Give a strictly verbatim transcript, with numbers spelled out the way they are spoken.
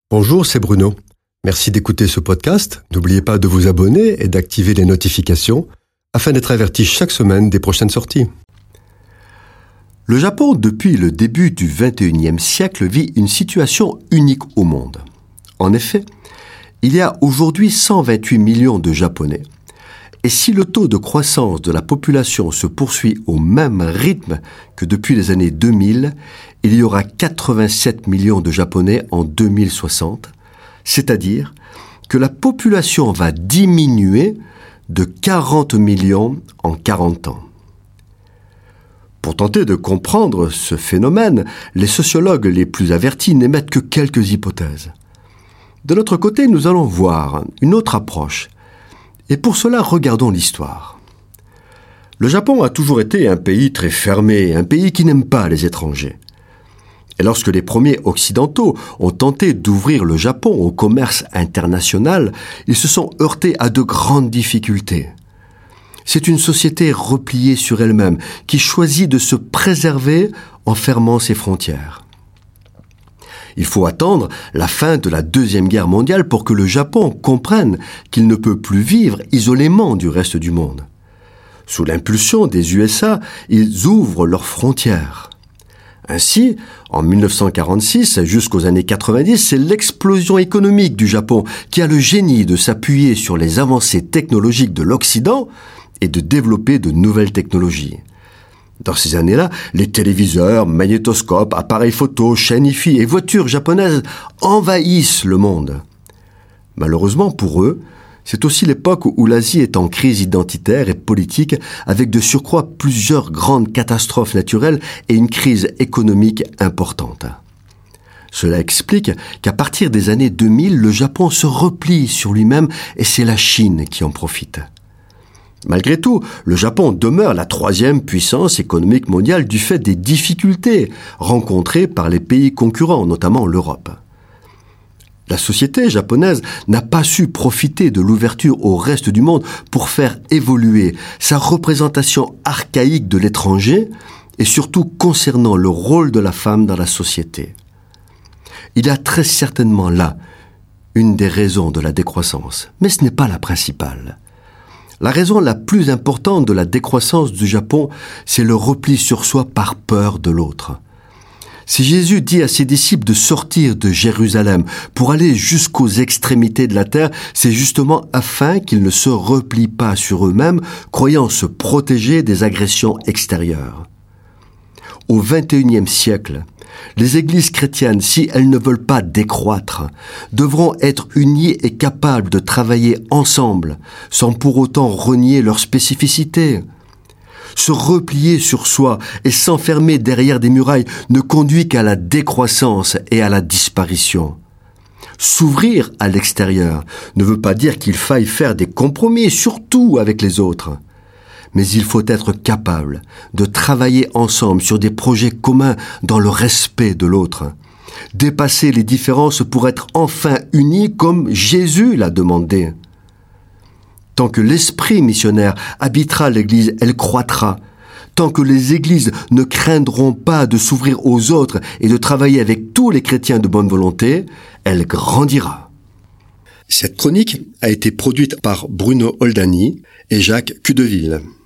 Bonjour, c'est Bruno. Merci d'écouter ce podcast. N'oubliez pas de vous abonner et d'activer les notifications afin d'être averti chaque semaine des prochaines sorties. Le Japon, depuis le début du vingt et unième siècle, vit une situation unique au monde. En effet, il y a aujourd'hui cent vingt-huit millions de Japonais. Et si le taux de croissance de la population se poursuit au même rythme que depuis les années deux mille, il y aura quatre-vingt-sept millions de Japonais en deux mille soixante, c'est-à-dire que la population va diminuer de quarante millions en quarante ans. Pour tenter de comprendre ce phénomène, les sociologues les plus avertis n'émettent que quelques hypothèses. De l'autre côté, nous allons voir une autre approche. Et pour cela, regardons l'histoire. Le Japon a toujours été un pays très fermé, un pays qui n'aime pas les étrangers. Et lorsque les premiers occidentaux ont tenté d'ouvrir le Japon au commerce international, ils se sont heurtés à de grandes difficultés. C'est une société repliée sur elle-même qui choisit de se préserver en fermant ses frontières. Il faut attendre la fin de la Deuxième Guerre mondiale pour que le Japon comprenne qu'il ne peut plus vivre isolément du reste du monde. Sous l'impulsion des U S A, ils ouvrent leurs frontières. Ainsi, en mille neuf cent quarante-six jusqu'aux années quatre-vingt-dix, c'est l'explosion économique du Japon qui a le génie de s'appuyer sur les avancées technologiques de l'Occident et de développer de nouvelles technologies. Dans ces années-là, les téléviseurs, magnétoscopes, appareils photo, chaînes hi-fi et voitures japonaises envahissent le monde. Malheureusement pour eux, c'est aussi l'époque où l'Asie est en crise identitaire et politique, avec de surcroît plusieurs grandes catastrophes naturelles et une crise économique importante. Cela explique qu'à partir des années deux mille, le Japon se replie sur lui-même et c'est la Chine qui en profite. Malgré tout, le Japon demeure la troisième puissance économique mondiale du fait des difficultés rencontrées par les pays concurrents, notamment l'Europe. La société japonaise n'a pas su profiter de l'ouverture au reste du monde pour faire évoluer sa représentation archaïque de l'étranger et surtout concernant le rôle de la femme dans la société. Il y a très certainement là une des raisons de la décroissance, mais ce n'est pas la principale. La raison la plus importante de la décroissance du Japon, c'est le repli sur soi par peur de l'autre. Si Jésus dit à ses disciples de sortir de Jérusalem pour aller jusqu'aux extrémités de la terre, c'est justement afin qu'ils ne se replient pas sur eux-mêmes, croyant se protéger des agressions extérieures. Au vingt et unième siècle, les églises chrétiennes, si elles ne veulent pas décroître, devront être unies et capables de travailler ensemble, sans pour autant renier leur spécificité. Se replier sur soi et s'enfermer derrière des murailles ne conduit qu'à la décroissance et à la disparition. S'ouvrir à l'extérieur ne veut pas dire qu'il faille faire des compromis, surtout avec les autres. Mais il faut être capable de travailler ensemble sur des projets communs dans le respect de l'autre. Dépasser les différences pour être enfin unis comme Jésus l'a demandé. Tant que l'esprit missionnaire habitera l'Église, elle croîtra. Tant que les églises ne craindront pas de s'ouvrir aux autres et de travailler avec tous les chrétiens de bonne volonté, elle grandira. Cette chronique a été produite par Bruno Oldani et Jacques Cudeville.